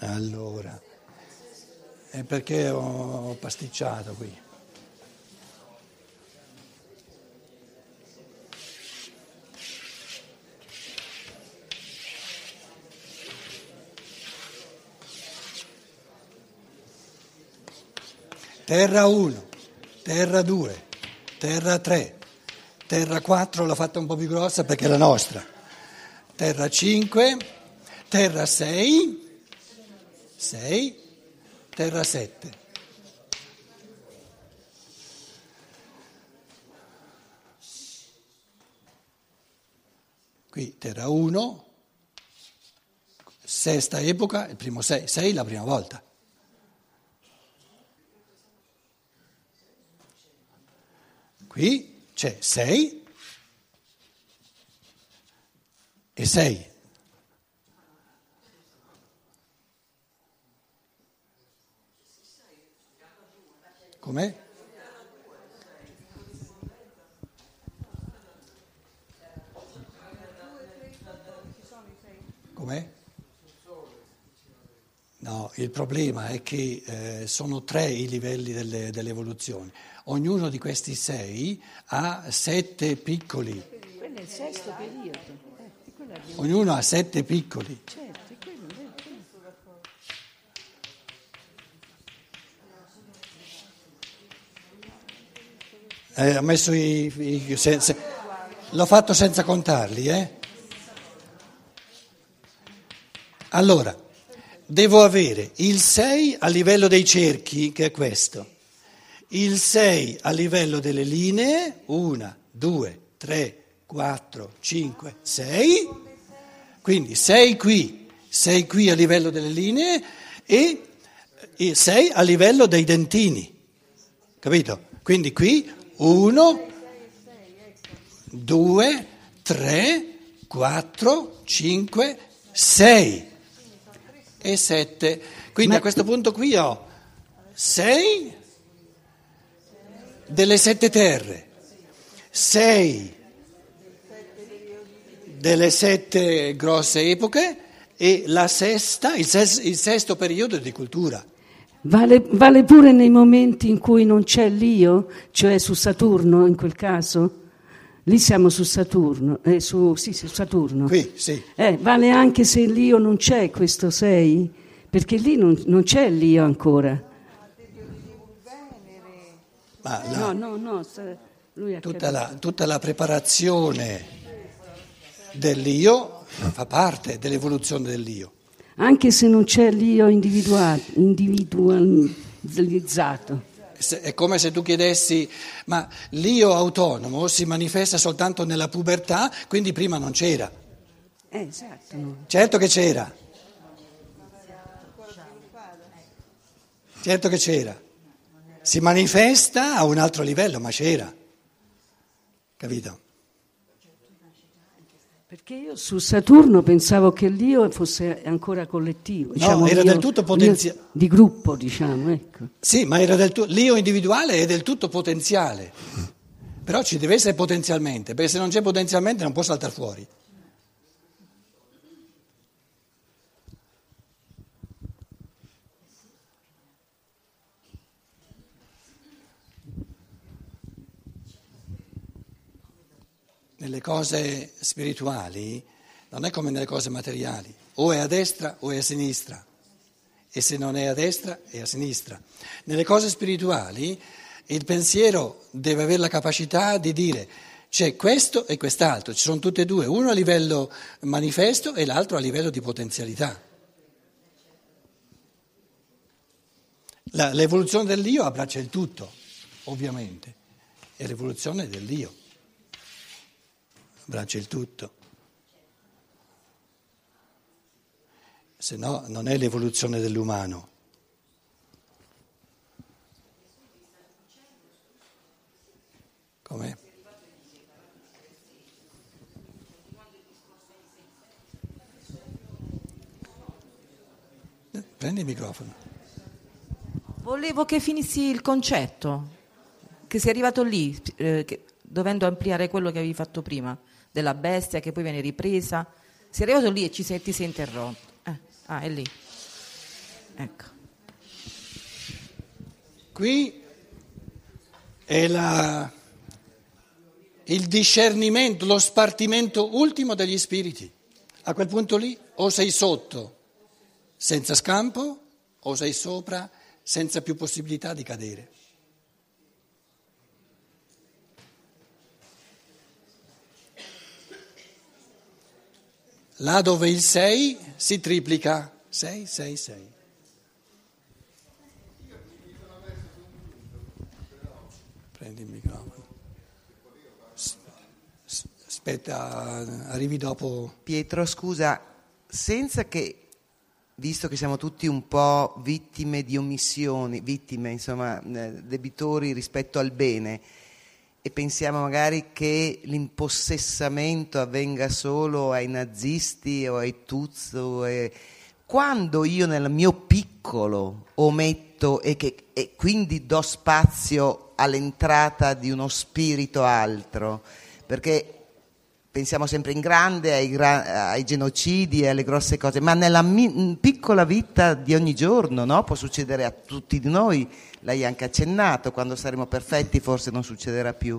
Allora, è perché ho pasticciato qui. Terra 1, terra 2, terra 3, terra 4 l'ho fatta un po' più grossa perché è la nostra, terra 5, terra 6, terra 7. Qui terra 1, sesta epoca, il primo 6 la prima volta. Qui c'è 6 e 6. Com'è? Com'è? No, il problema è che sono 3 i livelli dell'evoluzione. Ognuno di questi 6 ha 7 piccoli. Quello è il sesto periodo. Ognuno ha 7 piccoli. Certo, quello è. Ha messo l'ho fatto senza contarli, Allora, devo avere il 6 a livello dei cerchi, che è questo, il 6 a livello delle linee, 1, 2, 3, 4, 5, 6, quindi 6 qui a livello delle linee e 6 a livello dei dentini, capito? Quindi qui 1, 2, 3, 4, 5, 6 e 7. Quindi a questo punto qui ho 6 delle 7 terre, 6 delle 7 grosse epoche e la sesta, il sesto periodo di cultura. Vale pure nei momenti in cui non c'è l'io, cioè su Saturno in quel caso? Lì siamo su Saturno, su Saturno. Qui, sì. Vale anche se l'io non c'è, questo 6? Perché lì non c'è l'io ancora. Ma No, lui ha tutta la preparazione dell'io fa parte dell'evoluzione dell'io. Anche se non c'è l'io individualizzato. È come se tu chiedessi, ma l'io autonomo si manifesta soltanto nella pubertà, quindi prima non c'era. Esatto. No. Certo che c'era. Certo che c'era. Si manifesta a un altro livello, ma c'era. Capito? Perché io su Saturno pensavo che l'io fosse ancora collettivo, diciamo, no, era del tutto potenziale. Di gruppo, diciamo, ecco. Sì, ma era l'io individuale è del tutto potenziale. Però ci deve essere potenzialmente, perché se non c'è potenzialmente non può saltare fuori. Nelle cose spirituali non è come nelle cose materiali, o è a destra o è a sinistra, e se non è a destra è a sinistra. Nelle cose spirituali il pensiero deve avere la capacità di dire c'è questo e quest'altro, ci sono tutte e due, uno a livello manifesto e l'altro a livello di potenzialità. L'evoluzione dell'io abbraccia il tutto, ovviamente, è l'evoluzione dell'io. Abbraccia il tutto, se no non è l'evoluzione dell'umano. Com'è? Prendi il microfono. Volevo che finissi il concetto, che sei arrivato lì, dovendo ampliare quello che avevi fatto prima, della bestia che poi viene ripresa. Sei arrivato lì e ti sei interrotto. È lì. Ecco. Qui è il discernimento, lo spartimento ultimo degli spiriti. A quel punto lì o sei sotto senza scampo o sei sopra senza più possibilità di cadere. Là dove il 6 si triplica, 6, 6, 6. Prendi il microfono. Aspetta, arrivi dopo. Pietro, scusa, senza che, visto che siamo tutti un po' vittime di omissioni, debitori rispetto al bene, e pensiamo magari che l'impossessamento avvenga solo ai nazisti o ai Tutsi, quando io nel mio piccolo ometto e quindi do spazio all'entrata di uno spirito altro, perché pensiamo sempre in grande ai genocidi e alle grosse cose, ma nella piccola vita di ogni giorno, no? Può succedere a tutti di noi, l'hai anche accennato, quando saremo perfetti forse non succederà più.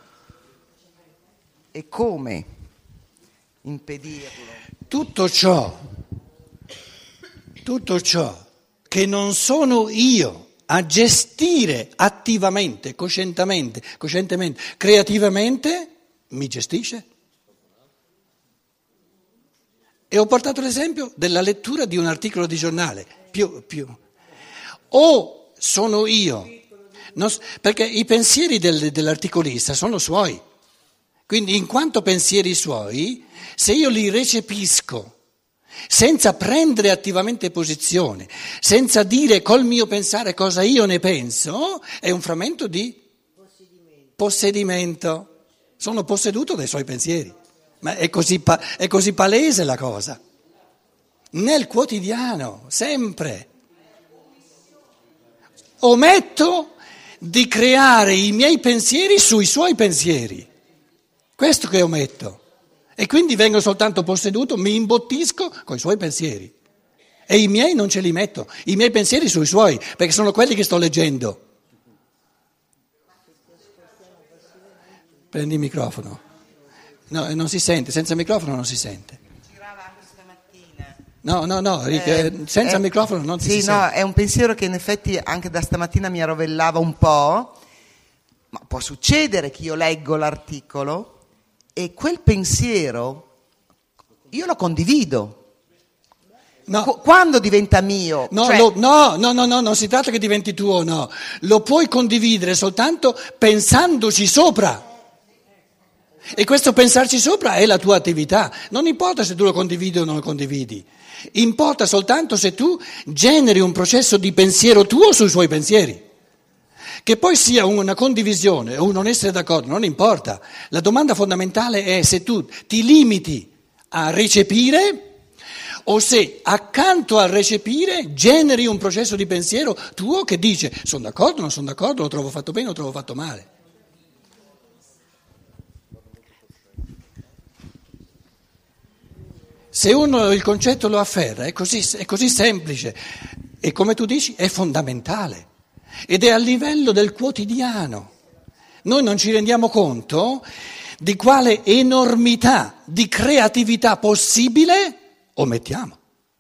E come impedirlo? Tutto ciò che non sono io a gestire attivamente, coscientemente, creativamente, mi gestisce. E ho portato l'esempio della lettura di un articolo di giornale, più. O sono io, perché i pensieri dell'articolista sono suoi, quindi in quanto pensieri suoi, se io li recepisco senza prendere attivamente posizione, senza dire col mio pensare cosa io ne penso, è un frammento di possedimento. Sono posseduto dai suoi pensieri. Ma è così palese la cosa. Nel quotidiano, sempre. Ometto di creare i miei pensieri sui suoi pensieri. Questo che ometto. E quindi vengo soltanto posseduto, mi imbottisco con i suoi pensieri. E i miei non ce li metto, i miei pensieri sui suoi, perché sono quelli che sto leggendo. Prendi il microfono. No, non si sente, senza microfono non si sente. Girava anche stamattina. No, senza microfono non si sente. Sì, no, è un pensiero che in effetti anche da stamattina mi rovellava un po', ma può succedere che io leggo l'articolo e quel pensiero io lo condivido. No. Quando diventa mio? No, cioè... no, non si tratta che diventi tuo o no, lo puoi condividere soltanto pensandoci sopra. E questo pensarci sopra è la tua attività, non importa se tu lo condividi o non lo condividi, importa soltanto se tu generi un processo di pensiero tuo sui suoi pensieri. Che poi sia una condivisione o un non essere d'accordo, non importa. La domanda fondamentale è se tu ti limiti a recepire o se accanto al recepire generi un processo di pensiero tuo che dice sono d'accordo, non sono d'accordo, lo trovo fatto bene, lo trovo fatto male. Se uno il concetto lo afferra è così semplice e come tu dici è fondamentale ed è a livello del quotidiano. Noi non ci rendiamo conto di quale enormità di creatività possibile omettiamo.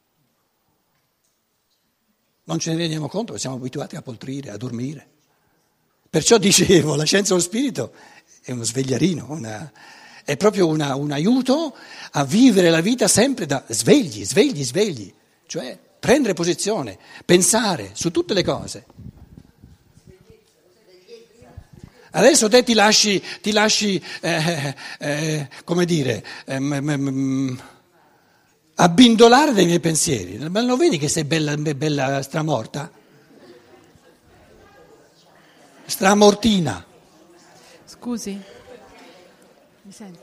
Non ce ne rendiamo conto perché siamo abituati a poltrire, a dormire. Perciò dicevo, la scienza dello spirito è uno svegliarino, è proprio un aiuto a vivere la vita sempre da svegli, cioè prendere posizione, pensare su tutte le cose. Adesso te ti lasci come dire, abbindolare dai miei pensieri. Ma lo vedi che sei bella stramorta? Stramortina. Scusi, mi sente?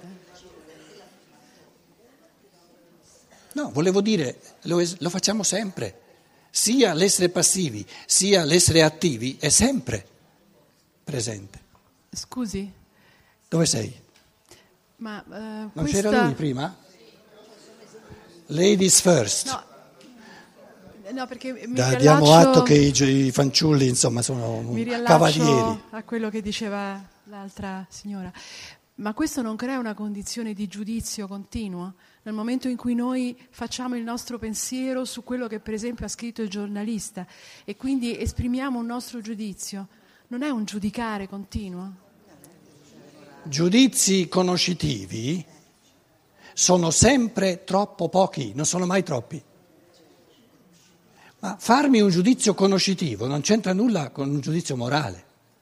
No, volevo dire, lo facciamo sempre. Sia l'essere passivi, sia l'essere attivi è sempre presente. Scusi? Dove sei? Ma non c'era lui prima? Ladies first. No, No, perché mi Diamo riallaccio- atto che i fanciulli, insomma, sono Mi riallaccio cavalieri. a quello che diceva l'altra signora. Ma questo non crea una condizione di giudizio continuo? Nel momento in cui noi facciamo il nostro pensiero su quello che per esempio ha scritto il giornalista e quindi esprimiamo un nostro giudizio, non è un giudicare continuo? Giudizi conoscitivi sono sempre troppo pochi, non sono mai troppi. Ma farmi un giudizio conoscitivo non c'entra nulla con un giudizio morale.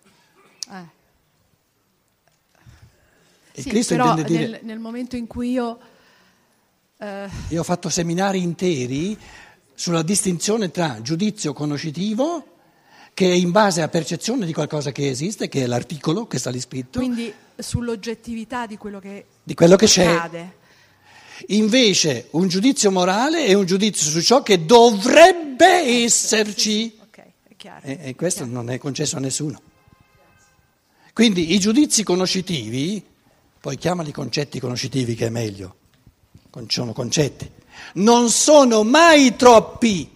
E Sì, Cristo però intende dire... nel momento in cui io... Io ho fatto seminari interi sulla distinzione tra giudizio conoscitivo, che è in base a percezione di qualcosa che esiste, che è l'articolo che sta lì scritto, Quindi sull'oggettività di quello che c'è. accade. Invece un giudizio morale è un giudizio su ciò che dovrebbe esserci. Ok, è chiaro. E questo non è concesso a nessuno. Quindi i giudizi conoscitivi, poi chiamali concetti conoscitivi che è meglio, sono concetti, non sono mai troppi.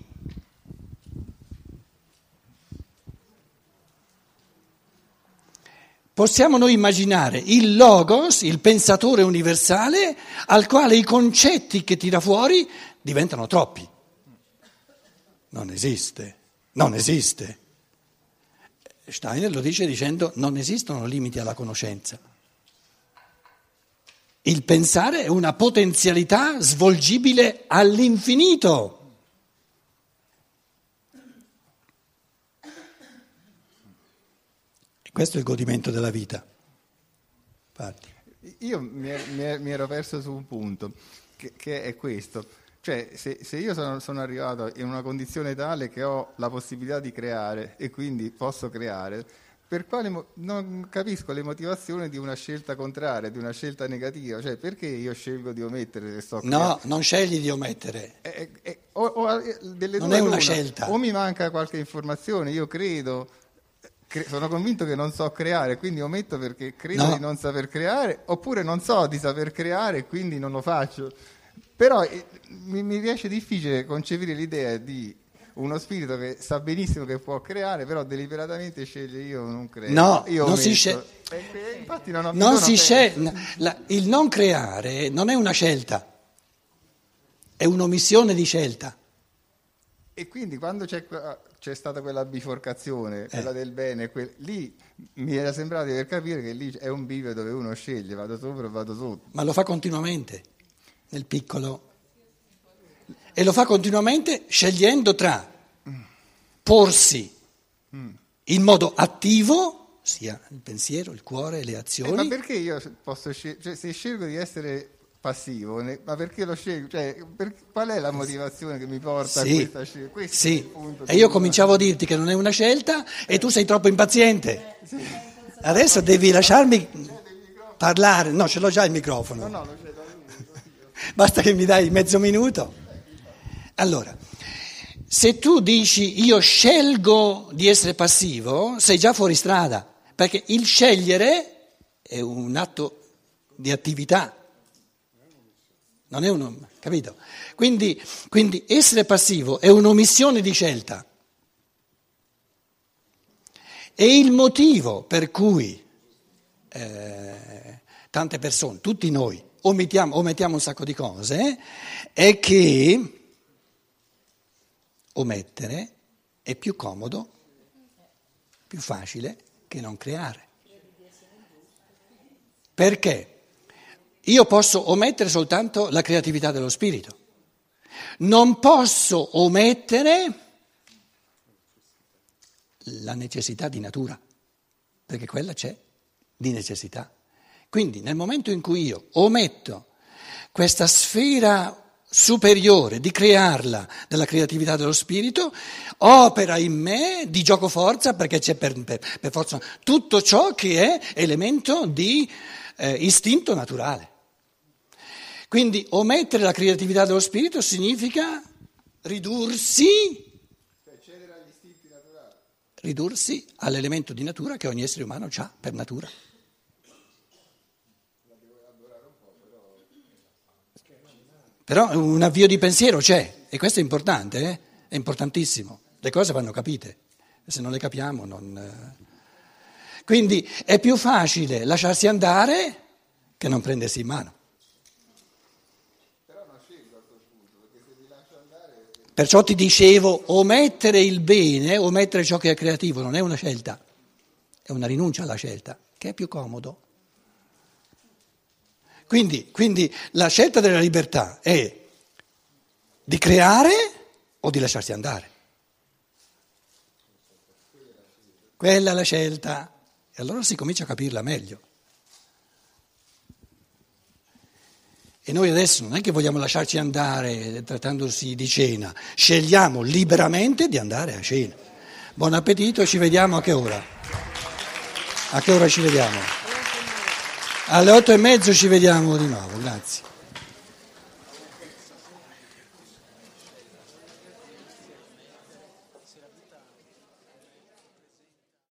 Possiamo noi immaginare il logos, il pensatore universale, al quale i concetti che tira fuori diventano troppi. Non esiste, non esiste. Steiner lo dice dicendo non esistono limiti alla conoscenza. Il pensare è una potenzialità svolgibile all'infinito. E questo è il godimento della vita. Infatti. Io mi ero perso su un punto, che è questo. Cioè, se io sono arrivato in una condizione tale che ho la possibilità di creare e quindi posso creare, per quale non capisco le motivazioni di una scelta contraria, di una scelta negativa. Cioè, perché io scelgo di omettere se sto creando? No, non scegli di omettere. Non è una scelta. O mi manca qualche informazione, io credo... Sono convinto che non so creare, quindi ometto perché credo di non saper creare, oppure non so di saper creare e quindi non lo faccio. Però mi riesce difficile concepire l'idea di uno spirito che sa benissimo che può creare, però deliberatamente sceglie io non creo. No, io non si ometto. Infatti il non creare non è una scelta, è un'omissione di scelta. E quindi quando c'è stata quella biforcazione, quella del bene, lì mi era sembrato di aver capito che lì è un bivio dove uno sceglie, vado sopra o vado sotto. Ma lo fa continuamente, nel piccolo. E lo fa continuamente scegliendo tra porsi in modo attivo, sia il pensiero, il cuore, le azioni. Ma perché io posso scegliere, cioè, se scelgo di essere passivo, ma perché lo scelgo? Cioè, qual è la motivazione che mi porta a questa scelta? Questo è il punto e io cominciavo a dirti che non è una scelta e tu sei troppo impaziente. Adesso devi lasciarmi parlare. No, ce l'ho già il microfono. No, lo cedo a lui. Basta che mi dai mezzo minuto. Allora, se tu dici io scelgo di essere passivo, sei già fuori strada, perché il scegliere è un atto di attività. Non è capito? Quindi essere passivo è un'omissione di scelta. E il motivo per cui tante persone, tutti noi, omettiamo un sacco di cose, è che omettere è più comodo, più facile che non creare. Perché? Io posso omettere soltanto la creatività dello spirito. Non posso omettere la necessità di natura, perché quella c'è di necessità. Quindi nel momento in cui io ometto questa sfera superiore di crearla della creatività dello spirito, opera in me di giocoforza, perché c'è per forza tutto ciò che è elemento di istinto naturale. Quindi omettere la creatività dello spirito significa ridursi all'elemento di natura che ogni essere umano ha per natura. Però un avvio di pensiero c'è, e questo è importante, è importantissimo, le cose vanno capite, se non le capiamo non... Quindi è più facile lasciarsi andare che non prendersi in mano. Perciò ti dicevo, omettere il bene, omettere ciò che è creativo non è una scelta, è una rinuncia alla scelta, che è più comodo. Quindi la scelta della libertà è di creare o di lasciarsi andare. Quella è la scelta, e allora si comincia a capirla meglio. E noi adesso non è che vogliamo lasciarci andare trattandosi di cena, scegliamo liberamente di andare a cena. Buon appetito e ci vediamo a che ora? A che ora ci vediamo? Alle 8:30 ci vediamo di nuovo, grazie.